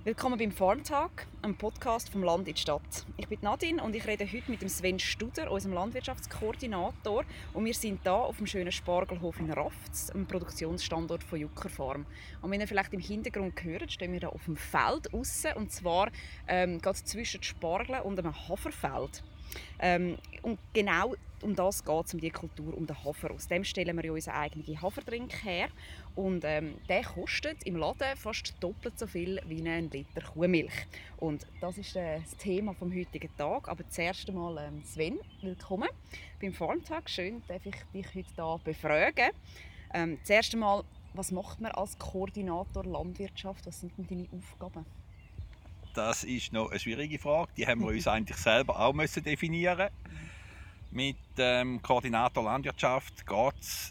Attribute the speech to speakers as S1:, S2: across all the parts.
S1: Willkommen beim Farmtag, einem Podcast vom Land in die Stadt. Ich bin Nadine und ich rede heute mit dem Sven Studer, unserem Landwirtschaftskoordinator. Und wir sind hier auf dem schönen Spargelhof in Rafts, einem Produktionsstandort von Jucker Farm. Und wenn ihr vielleicht im Hintergrund hört, stehen wir hier auf dem Feld aussen, und zwar gerade zwischen Spargeln und einem Haferfeld. Und genau um das geht es, um die Kultur, um den Hafer. Aus dem stellen wir ja unseren eigenen Haferdrink her. Und der kostet im Laden fast doppelt so viel wie ein Liter Kuhmilch. Und das ist das Thema vom heutigen Tag. Aber zuerst einmal Sven, willkommen beim Farmtag. Schön, dass ich dich heute hier befragen. Zuerst einmal, was macht man als Koordinator Landwirtschaft? Was sind denn deine Aufgaben?
S2: Das ist noch eine schwierige Frage. Die haben wir uns eigentlich selber auch definieren. Mit dem Koordinator Landwirtschaft geht es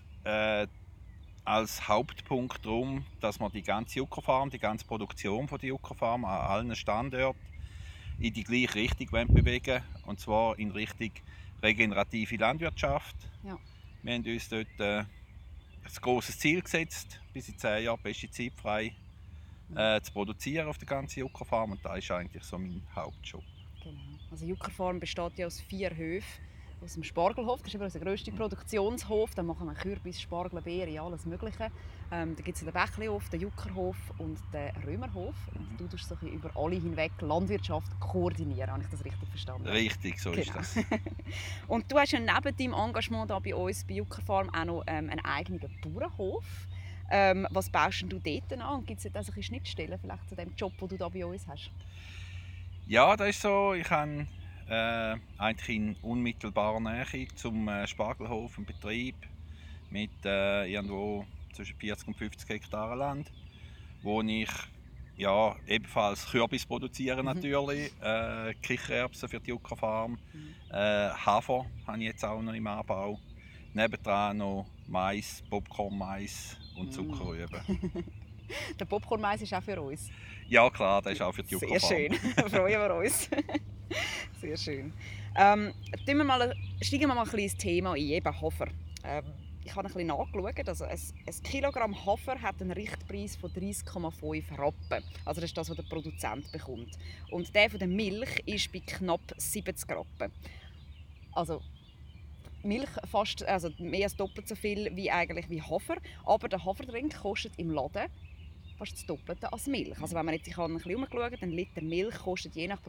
S2: als Hauptpunkt darum, dass wir die ganze Juckerfarm, die ganze Produktion von der Juckerfarm an allen Standorten in die gleiche Richtung bewegen, und zwar in Richtung regenerative Landwirtschaft.
S1: Ja.
S2: Wir haben uns dort ein grosses Ziel gesetzt, bis in 10 Jahren pestizidfrei zu produzieren auf der ganzen Juckerfarm, und das ist eigentlich so mein Hauptjob.
S1: Genau. Also Jucker Farm besteht ja aus 4 Höfen. Aus dem Spargelhof, das ist unser grösster Produktionshof. Da machen wir Kürbis, Spargel, Beeren, alles Mögliche. Da gibt es den Bächlihof, den Juckerhof und den Römerhof. Und du tust so ein bisschen über alle hinweg Landwirtschaft koordinieren. Habe ich das richtig verstanden?
S2: Richtig, so ist das.
S1: Und du hast ja neben deinem Engagement hier bei uns bei Jucker Farm auch noch einen eigenen Bauernhof. Was baust du dort an? Und gibt es dort also Schnittstellen vielleicht zu dem Job, den du hier bei uns hast?
S2: Ja, das ist so. Ich habe eigentlich in unmittelbarer Nähe zum Spargelhof einen Betrieb mit irgendwo zwischen 40 und 50 Hektar Land, wo ich ebenfalls Kürbis produziere natürlich, Kichererbsen für die Juckerfarm, Hafer habe ich jetzt auch noch im Anbau, nebendran noch Mais, Popcorn-Mais und Zuckerrüben.
S1: Der Popcorn-Mais ist auch für uns.
S2: Ja klar, das ist auch für die Juckerfarm.
S1: Sehr schön, freuen wir uns. Sehr schön. Steigen wir mal ein bisschen ins Thema ein, eben Hafer. Ich habe ein bisschen nachgeschaut. Also ein Kilogramm Hafer hat einen Richtpreis von 30,5 Rappen. Also das ist das, was der Produzent bekommt. Und der von der Milch ist bei knapp 70 Rappen. Also Milch fast, also mehr als doppelt so viel wie Hafer. Aber der Haferdrink kostet im Laden fast das Doppelte als Milch. Also wenn man jetzt, ich habe ein bisschen umgeschaut, ein Liter Milch kostet je nach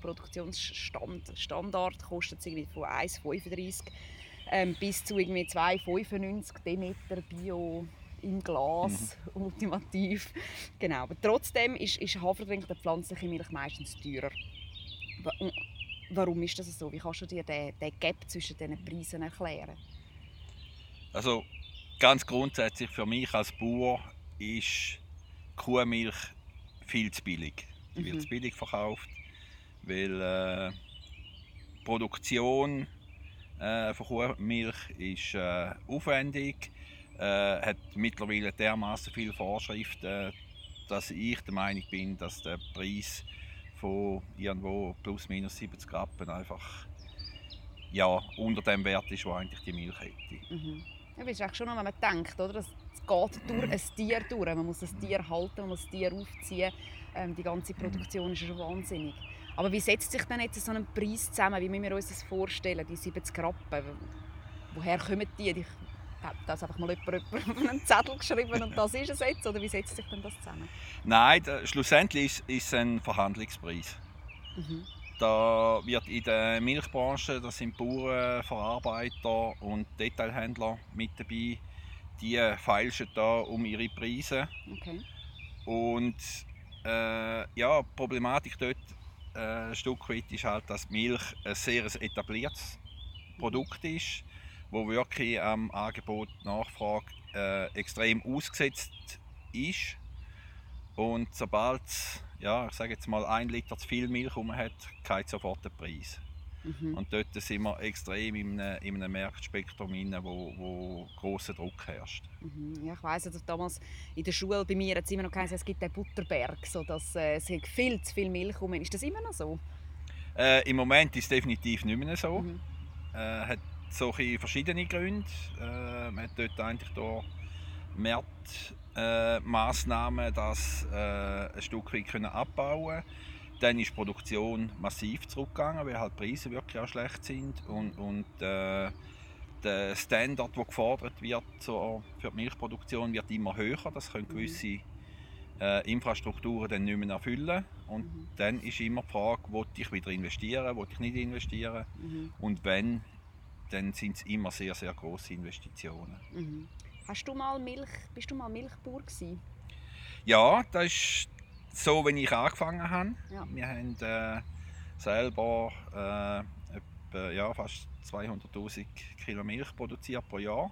S1: Produktionsstandard kostet es irgendwie von 1,35 bis zu irgendwie 2,95 Demeter Bio im Glas, ultimativ. Genau. Aber trotzdem ist Haferdrink, der pflanzliche Milch, meistens teurer. Warum ist das so? Wie kannst du dir den Gap zwischen diesen Preisen erklären?
S2: Also ganz grundsätzlich für mich als Bauer ist Kuhmilch viel zu billig. Die wird zu billig verkauft, weil die Produktion von Kuhmilch ist aufwendig, hat mittlerweile dermaßen viele Vorschriften, dass ich der Meinung bin, dass der Preis von irgendwo plus minus 70 Rappen einfach unter dem Wert ist, wo eigentlich die Milch hätte.
S1: Ja, das ist eigentlich schon noch, wenn man denkt, oder? Es geht durch ein Tier durch. Man muss ein Tier halten, man muss das Tier aufziehen. Die ganze Produktion ist schon wahnsinnig. Aber wie setzt sich denn jetzt so ein Preis zusammen? Wie müssen wir uns das vorstellen, die 70 Rappen? Woher kommen die? Ich habe das einfach mal jemand auf einen Zettel geschrieben und das ist es jetzt. Oder wie setzt sich denn das zusammen?
S2: Nein, schlussendlich ist es ein Verhandlungspreis. Da wird in der Milchbranche, das sind Bauern, Verarbeiter und Detailhändler mit dabei, die feilschen da um ihre Preise.
S1: Okay.
S2: Und die Problematik dort ein Stück weit ist halt, dass Milch ein sehr etabliertes Produkt ist, wo wirklich am Angebot Nachfrage extrem ausgesetzt ist. Und sobald ich sage jetzt mal 1 Liter zu viel Milch hat, geht sofort der Preis. Und dort sind wir extrem in einem Marktspektrum, wo grosser Druck herrscht.
S1: Ja, ich weiss, also damals in der Schule bei mir hat es immer noch geheißen, es gibt den Butterberg, so dass es viel zu viel Milch rum. Ist das immer noch so?
S2: Im Moment ist es definitiv nicht mehr so. Hat solche verschiedene Gründe. Man hat dort eigentlich Massnahmen das ein Stück weit abbauen können. Dann ist die Produktion massiv zurückgegangen, weil halt die Preise wirklich auch schlecht sind und der Standard, der gefordert wird für die Milchproduktion, wird immer höher. Das können gewisse Infrastrukturen dann nicht mehr erfüllen. Und dann ist immer die Frage, will ich wieder investieren, will ich nicht investieren. Und wenn, dann sind es immer sehr, sehr grosse Investitionen.
S1: Bist du mal Milchbauer gewesen?
S2: Ja, das ist so, wenn ich angefangen habe.
S1: Ja.
S2: Wir haben selber etwa, fast 200'000 Kilo Milch produziert pro Jahr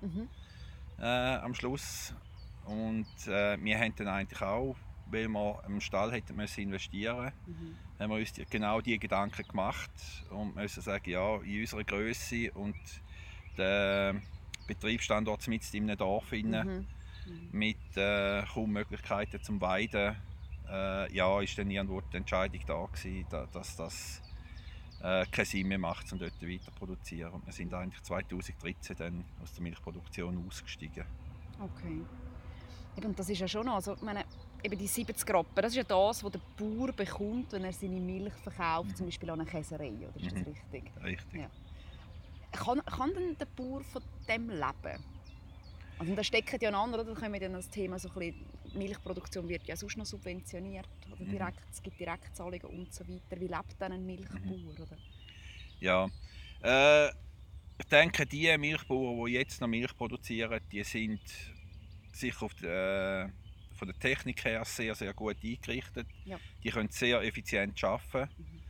S2: am Schluss. Und wir haben dann eigentlich auch, weil wir im Stall hätten investieren müssen, haben wir uns genau diese Gedanken gemacht und müssen sagen, ja, in unserer Größe und der Betriebsstandort mitten in einem Dorf mit kaum Möglichkeiten zum Weiden, ist dann irgendwo die Entscheidung da gewesen, dass das keinen Sinn mehr macht, um dort weiter zu produzieren. Und wir sind eigentlich 2013 dann aus der Milchproduktion ausgestiegen.
S1: Okay. Und das ist ja schon noch, also, ich meine, eben die 70 Rappen, das ist ja das, was der Bauer bekommt, wenn er seine Milch verkauft, zum Beispiel an eine Käserei, oder ist das richtig?
S2: Richtig.
S1: Ja. Kann denn der Bauer von dem leben? Also, da stecken ja an, oder? Da kommen wir dann das Thema so ein bisschen, Milchproduktion wird ja sonst noch subventioniert, oder es gibt Direktzahlungen und so weiter. Wie lebt dann ein Milchbauer? Oder?
S2: Ja, ich denke, die Milchbauern, die jetzt noch Milch produzieren, die sind sicher von der Technik her sehr, sehr gut eingerichtet. Ja. Die können sehr effizient arbeiten.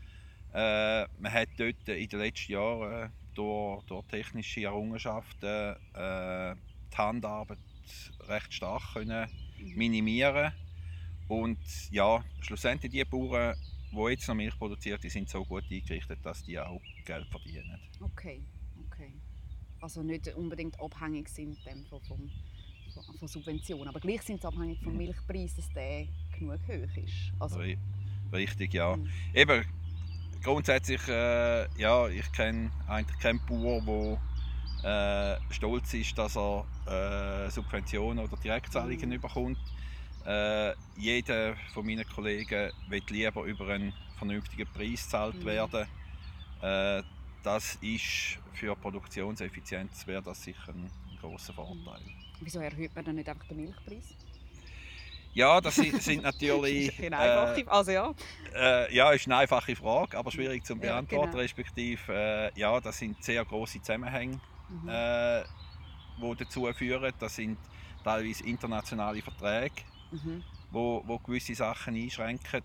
S2: Man hat dort in den letzten Jahren durch technische Errungenschaften die Handarbeit recht stark können minimieren. Und ja, schlussendlich die Bauern, die jetzt noch Milch produzieren, die sind so gut eingerichtet, dass die auch Geld verdienen.
S1: Okay. Also nicht unbedingt abhängig sind von Subventionen, aber gleich sind sie abhängig vom Milchpreis, dass der genug hoch ist. Also.
S2: Richtig, ja. Eben, grundsätzlich, ich kenne eigentlich keinen Bauer, der stolz ist, dass er Subventionen oder Direktzahlungen bekommt. Jeder von meinen Kollegen will lieber über einen vernünftigen Preis gezahlt werden. Das ist für Produktionseffizienz wäre das sicher ein grosser Vorteil.
S1: Wieso erhöht man dann nicht einfach den Milchpreis?
S2: Ja, das sind natürlich.
S1: Das ist eine einfache,
S2: ist eine einfache Frage, aber schwierig zu beantworten. Genau. Respektive, das sind sehr grosse Zusammenhänge, die dazu führen. Das sind teilweise internationale Verträge, wo gewisse Sachen einschränken.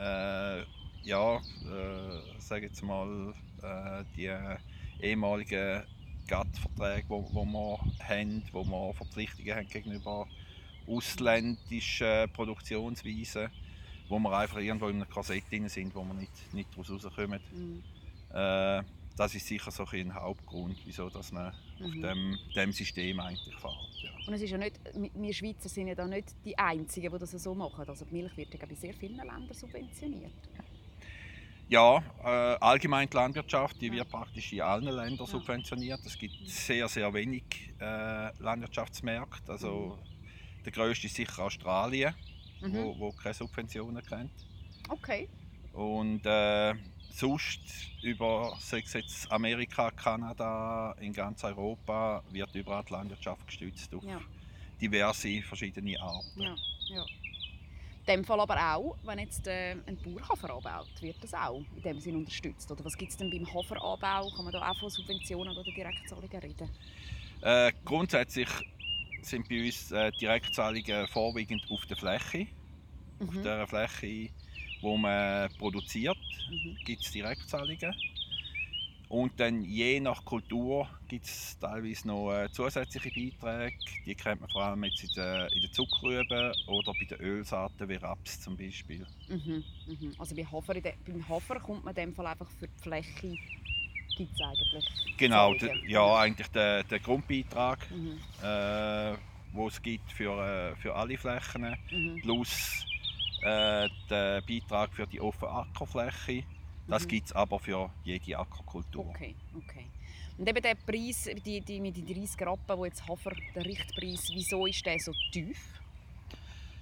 S2: Sage jetzt mal, die ehemaligen GATT-Verträge, die wir haben, wo wir Verpflichtungen haben gegenüber ausländischen Produktionsweisen, wo wir einfach irgendwo in einem Korsett drin sind, wo wir nicht daraus rauskommen. Das ist sicher so ein Hauptgrund, wieso dass man auf dem System eigentlich fährt. Ja.
S1: Und es ist ja nicht, wir Schweizer sind ja da nicht die Einzigen, die das so machen. Also die Milch wird ja in sehr vielen Ländern subventioniert.
S2: Ja, allgemein die Landwirtschaft, die wird praktisch in allen Ländern subventioniert. Es gibt sehr, sehr wenig Landwirtschaftsmärkte. Also, der grösste ist sicher Australien, wo keine Subventionen kennt.
S1: Okay.
S2: Und sonst über jetzt Amerika, Kanada, in ganz Europa wird überall die Landwirtschaft gestützt auf diverse verschiedene Arten.
S1: Ja. In dem Fall aber auch, wenn jetzt ein Bauer Hafer anbaut, wird das auch in dem Sinne unterstützt? Oder was gibt es denn beim Haferanbau? Kann man da auch von Subventionen oder Direktzahlungen reden?
S2: Grundsätzlich sind bei uns Direktzahlungen vorwiegend auf der Fläche. Auf der Fläche, wo man produziert, gibt es Direktzahlungen. Und dann je nach Kultur gibt es teilweise noch zusätzliche Beiträge. Die kennt man vor allem jetzt in den Zuckerrüben oder bei den Ölsaaten wie Raps zum Beispiel.
S1: Also beim Hafer kommt man in dem Fall einfach für die Fläche, gibt es eigentlich?
S2: Genau, eigentlich der Grundbeitrag, den es gibt für alle Flächen, plus der Beitrag für die offene Ackerfläche. Das gibt es aber für jede Ackerkultur.
S1: Okay. Und eben der Preis, mit den 30 Rappen, wo jetzt Hafer, der Richtpreis, wieso ist der so tief?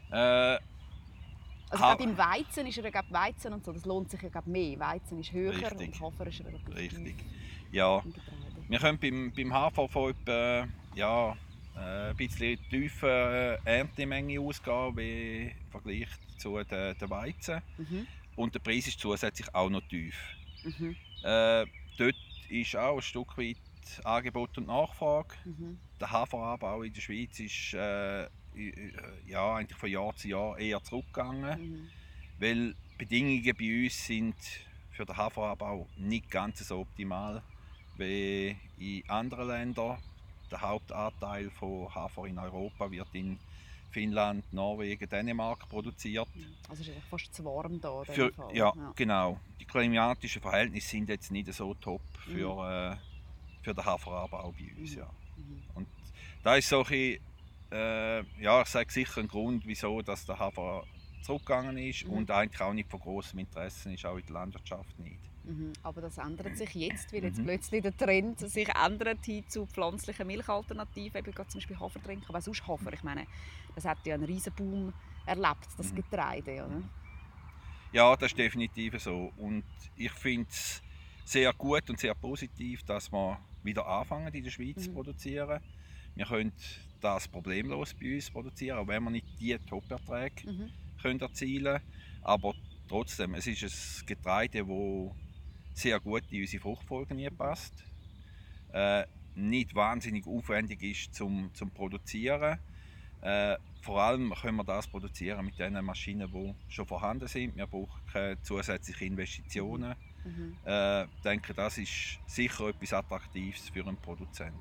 S2: Äh,
S1: Also
S2: Ha-
S1: beim Weizen ist Weizen und so, das lohnt sich ja mehr. Weizen ist höher
S2: Richtig.
S1: und Hafer ist relativ
S2: Richtig.
S1: tief
S2: Ja,
S1: im Getreide.
S2: wir können beim Hafer von etwa ein bisschen tiefer Erntemenge ausgehen wie im Vergleich zu den Weizen.
S1: Mhm.
S2: Und der Preis ist zusätzlich auch noch tief.
S1: Mhm.
S2: Dort ist auch ein Stück weit Angebot und Nachfrage.
S1: Mhm.
S2: Der Haferanbau in der Schweiz ist eigentlich von Jahr zu Jahr eher zurückgegangen,
S1: Mhm.
S2: weil die Bedingungen bei uns sind für den Haferanbau nicht ganz so optimal wie in anderen Ländern. Der Hauptanteil von Hafer in Europa wird in Finnland, Norwegen, Dänemark produziert.
S1: Also es ist eigentlich fast zu warm da in dem Fall.
S2: Ja, genau. Die klimatischen Verhältnisse sind jetzt nicht so top für den Haferanbau bei uns. Ja.
S1: Mhm.
S2: Und da ist so ein bisschen, ich sage sicher ein Grund, wieso dass der Hafer zurückgegangen ist und eigentlich auch nicht von großem Interesse ist, auch in der Landwirtschaft nicht.
S1: Mhm. Aber das ändert sich jetzt, weil jetzt
S2: Mhm.
S1: plötzlich der Trend sich ändert hin zu pflanzlichen Milchalternativen, eben gerade zum Beispiel Hafer trinken, aber sonst Hafer. Ich meine, das hat ja einen riesen Boom erlebt, das Getreide. Oder?
S2: Ja, das ist definitiv so. Und ich finde es sehr gut und sehr positiv, dass wir wieder anfangen in der Schweiz zu produzieren. Wir können das problemlos bei uns produzieren, auch wenn wir nicht die Top-Erträge können erzielen können. Aber trotzdem, es ist ein Getreide, das sehr gut in unsere Fruchtfolge passt. Nicht wahnsinnig aufwendig ist zum Produzieren. Vor allem können wir das produzieren mit den Maschinen, die schon vorhanden sind. Wir brauchen keine zusätzlichen Investitionen. Ich denke, das ist sicher etwas Attraktives für einen Produzenten.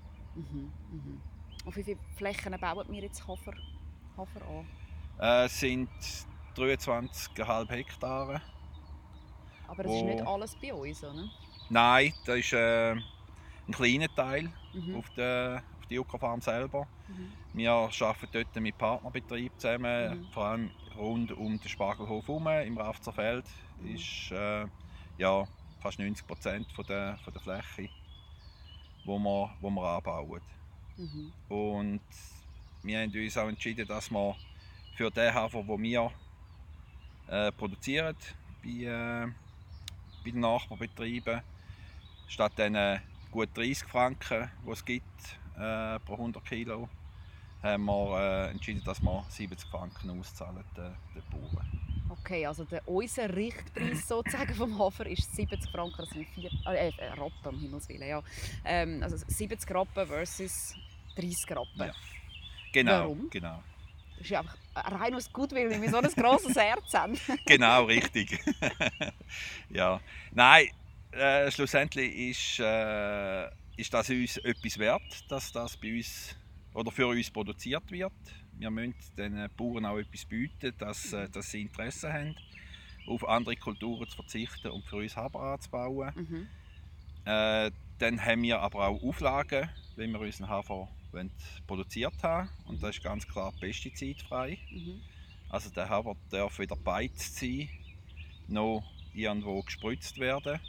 S1: Auf wie viele Flächen bauen wir jetzt Hafer an?
S2: Es sind 23,5 Hektare.
S1: Aber das ist nicht alles bei uns, oder?
S2: Nein, das ist ein kleiner Teil auf der Juckerfarm selber. Wir arbeiten dort mit Partnerbetrieben zusammen, vor allem rund um den Spargelhof herum, im Rafzerfeld. Ist fast 90% von der Fläche, wo wir anbauen. Und wir haben uns auch entschieden, dass wir für den Hafer, den wir produzieren bei den Nachbarbetrieben, statt den gut 30 Franken, die es gibt pro 100 Kilo, haben wir entschieden, dass wir 70 Franken auszahlen den Bauern.
S1: Okay, also unser Richtpreis sozusagen vom Hafer ist 70 Franken, das sind Rappen, um Himmels Willen, ja. Also 70 Rappen versus 30 Rappen.
S2: Ja. Genau,
S1: Warum?
S2: genau.
S1: Das ist ja einfach rein aus Gutwillen, weil wir so ein grosses Herz haben.
S2: Genau, richtig. Ja. Nein, schlussendlich ist das uns etwas wert, dass das bei uns oder für uns produziert wird. Wir müssen den Bauern auch etwas bieten, dass sie Interesse haben, auf andere Kulturen zu verzichten und für uns Haber anzubauen. Dann haben wir aber auch Auflagen, wenn wir unseren Hafer produziert haben. Und das ist ganz klar pestizidfrei. Also der Haber darf weder beizt sein, noch irgendwo gespritzt werden.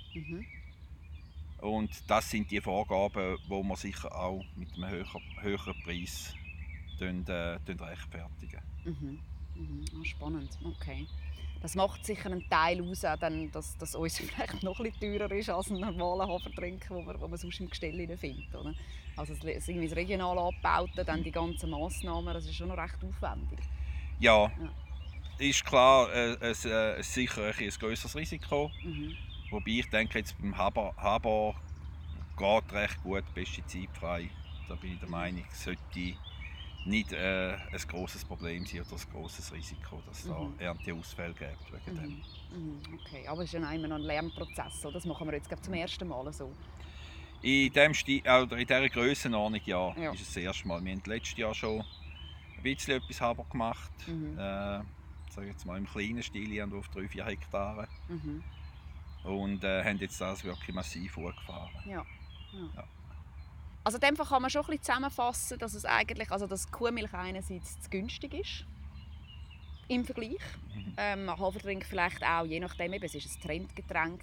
S2: Und das sind die Vorgaben, die wir sicher auch mit einem höheren Preis rechtfertigen.
S1: Spannend, okay. Das macht sicher einen Teil aus, auch dann, dass uns vielleicht noch etwas teurer ist als ein normaler Hafertrink, den man sonst im Gestell findet. Oder? Also das regional Abbauten, dann die ganzen Massnahmen, das ist schon noch recht aufwendig.
S2: Ja. Ist klar, sicher ein grösseres Risiko. Wobei ich denke, jetzt beim Haber geht recht gut pestizidfrei. Da bin ich der Meinung, es sollte nicht ein grosses Problem sein oder ein grosses Risiko, dass es da Ernteausfälle gibt wegen dem.
S1: Okay, aber es ist ja immer noch ein Lernprozess. Das machen wir jetzt zum ersten Mal so.
S2: In dieser Grössenordnung ja, ist es das erste Mal. Wir haben letztes Jahr schon ein bisschen etwas Haber gemacht. Sage jetzt mal im kleinen Stil, auf 3-4 Hektare. Und haben jetzt das wirklich massiv hochgefahren.
S1: Ja. Also in dem Fall kann man schon ein bisschen zusammenfassen, dass es eigentlich, also dass Kuhmilch einerseits zu günstig ist im Vergleich. Hafertrink vielleicht auch, je nachdem, es ist ein Trendgetränk,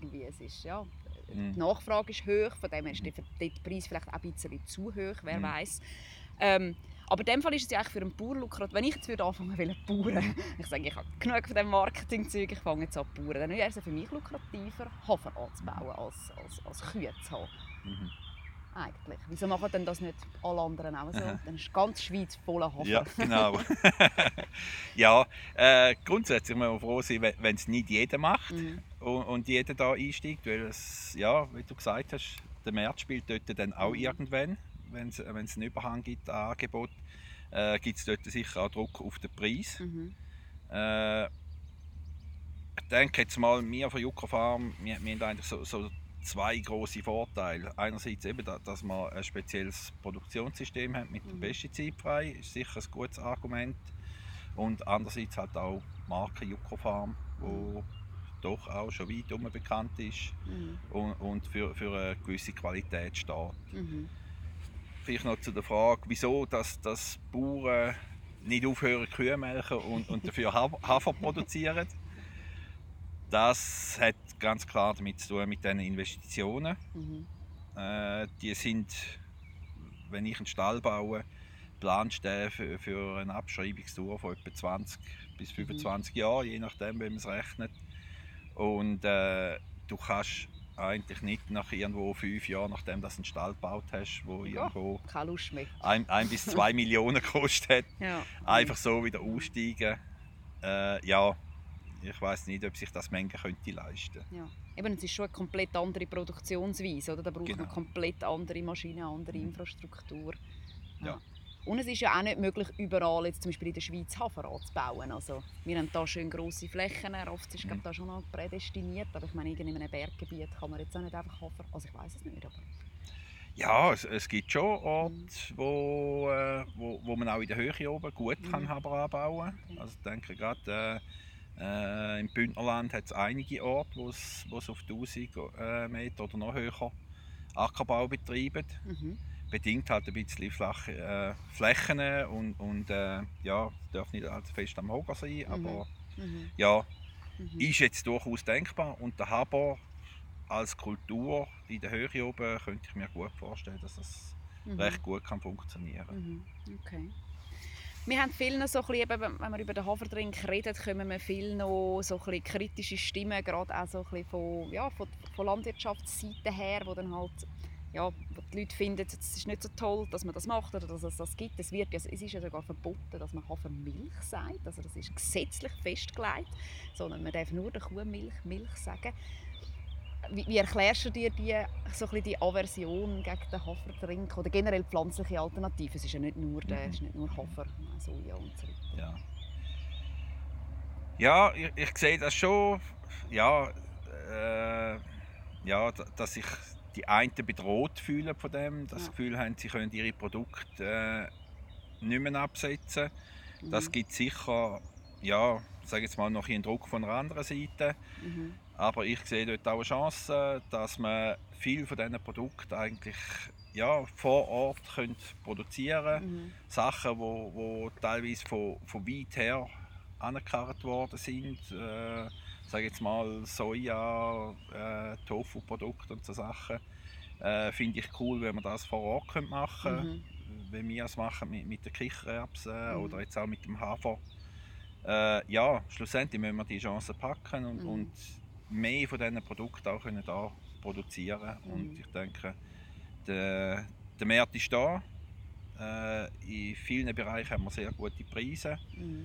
S1: die Nachfrage ist hoch, von dem her ist der Preis vielleicht auch ein bisschen zu hoch, wer weiß. Aber in dem Fall ist es ja eigentlich für einen Bauer lukrativ. Wenn ich jetzt anfangen will, Bauern, ich sage, ich habe genug von diesem Marketingzeug, ich fange jetzt an zu Bauern, dann wäre es für mich lukrativer, Hafer anzubauen, als Kühe zu haben.
S2: Mhm.
S1: Eigentlich. Wieso machen denn das nicht alle anderen auch so?
S2: Aha.
S1: Dann ist ganz die Schweiz voller Hafer.
S2: Ja, genau. Ja, grundsätzlich muss man froh sein, wenn es nicht jeder macht und jeder da einsteigt, weil es, ja, wie du gesagt hast, der Markt spielt dort dann auch irgendwann, wenn es einen Überhang gibt an Angebot, gibt es dort sicher auch Druck auf den Preis. Ich denke jetzt mal, wir von Jucker Farm, wir haben eigentlich so zwei grosse Vorteile. Einerseits eben, dass wir ein spezielles Produktionssystem haben mit dem Pestizidfrei, ist sicher ein gutes Argument. Und andererseits halt auch die Marke Jucker Farm, die doch auch schon weit herum bekannt ist und für eine gewisse Qualität steht. Vielleicht noch zu der Frage, wieso dass Bauern nicht aufhören Kühe melken und dafür Hafer produzieren. Das hat ganz klar damit zu tun mit diesen Investitionen. Die sind, wenn ich einen Stall baue, planst du für eine Abschreibungsdauer von etwa 20 bis 25 Jahren, je nachdem, wie man es rechnet. Und du kannst eigentlich nicht nach irgendwo 5 Jahren, nachdem du einen Stall gebaut hast, wo irgendwo
S1: keine Lust mehr.
S2: 1 bis 2 Millionen gekostet hat, einfach so wieder aussteigen. Ja, ich weiss nicht, ob sich das Menge könnte leisten könnte.
S1: Ja. Eben, es ist schon eine komplett andere Produktionsweise. Oder? Da braucht man komplett andere Maschinen, andere Infrastruktur.
S2: Ja.
S1: Und es ist ja auch nicht möglich, überall, jetzt zum Beispiel in der Schweiz, Hafer anzubauen. Also, wir haben hier schön grosse Flächen. Oft ist da schon noch prädestiniert. Aber ich meine, in einem Berggebiet kann man jetzt auch nicht einfach Hafer. Also ich weiss es nicht. Aber
S2: ja, es gibt schon Orte, wo man auch in der Höhe oben gut kann Hafer anbauen kann. Also ich denke gerade im Bündnerland hat es einige Orte, wo es auf 1000 Meter oder noch höher Ackerbau betreiben. Bedingt halt ein bisschen flache Flächen und ja, darf nicht allzu fest am Hoger sein, aber ja, ist jetzt durchaus denkbar. Und der Haber als Kultur in der Höhe oben könnte ich mir gut vorstellen, dass das recht gut kann funktionieren kann.
S1: Okay. Wir haben viel noch so ein bisschen, wenn wir über den Haferdrink reden, kommen wir viel noch so ein bisschen kritische Stimmen, gerade auch so ein bisschen von Landwirtschaftsseite her, wo dann halt wo die Leute finden, es ist nicht so toll, dass man das macht oder dass es das gibt. Es ist ja sogar verboten, dass man Hafermilch sagt. Also das ist gesetzlich festgelegt, sondern man darf nur der Kuhmilch Milch sagen. Wie erklärst du dir so ein bisschen die Aversion gegen den Haferdrink oder generell pflanzliche Alternativen? Es ist ja nicht nur, es ist nicht nur Hafer, Soja und so weiter.
S2: Ja, ich sehe das schon. Dass sich die einen bedroht fühlen von dem, das Gefühl haben, sie können ihre Produkte nicht mehr absetzen. Das gibt sicher, sage jetzt mal, noch einen Druck von einer anderen Seite. Aber ich sehe dort auch eine Chance, dass man viele von diesen Produkten eigentlich vor Ort produzieren können. Sachen, die teilweise von weit her angekarrt worden sind. Sage jetzt mal Soja, Tofu-Produkte und so Sachen. Finde ich cool, wenn man das vor Ort machen könnte. Wenn wir es machen mit den Kichererbsen oder jetzt auch mit dem Hafer. Schlussendlich müssen wir die Chance packen und mehr von diesen Produkten auch da produzieren. Und ich denke, der Markt ist da. In vielen Bereichen haben wir sehr gute Preise.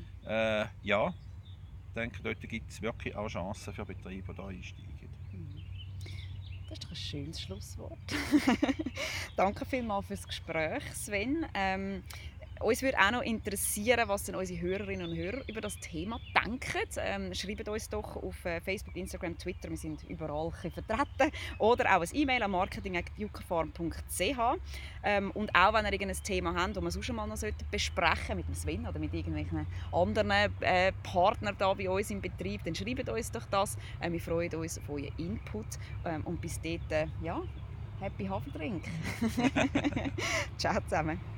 S2: Ich denke, dort gibt es wirklich auch Chancen für Betriebe, die da einsteigen.
S1: Das ist doch ein schönes Schlusswort. Danke vielmals für das Gespräch, Sven. Uns würde auch noch interessieren, was denn unsere Hörerinnen und Hörer über das Thema denken. Schreibt uns doch auf Facebook, Instagram, Twitter, wir sind überall vertreten. Oder auch ein E-Mail an marketing@juckerfarm.ch. Und auch wenn ihr irgendein Thema habt, das wir sonst schon mal noch besprechen sollten, mit dem Sven oder mit irgendwelchen anderen Partnern da bei uns im Betrieb, dann schreibt uns doch das. Wir freuen uns auf euren Input. Und bis dahin, Happy Haferdrink. Ciao zusammen.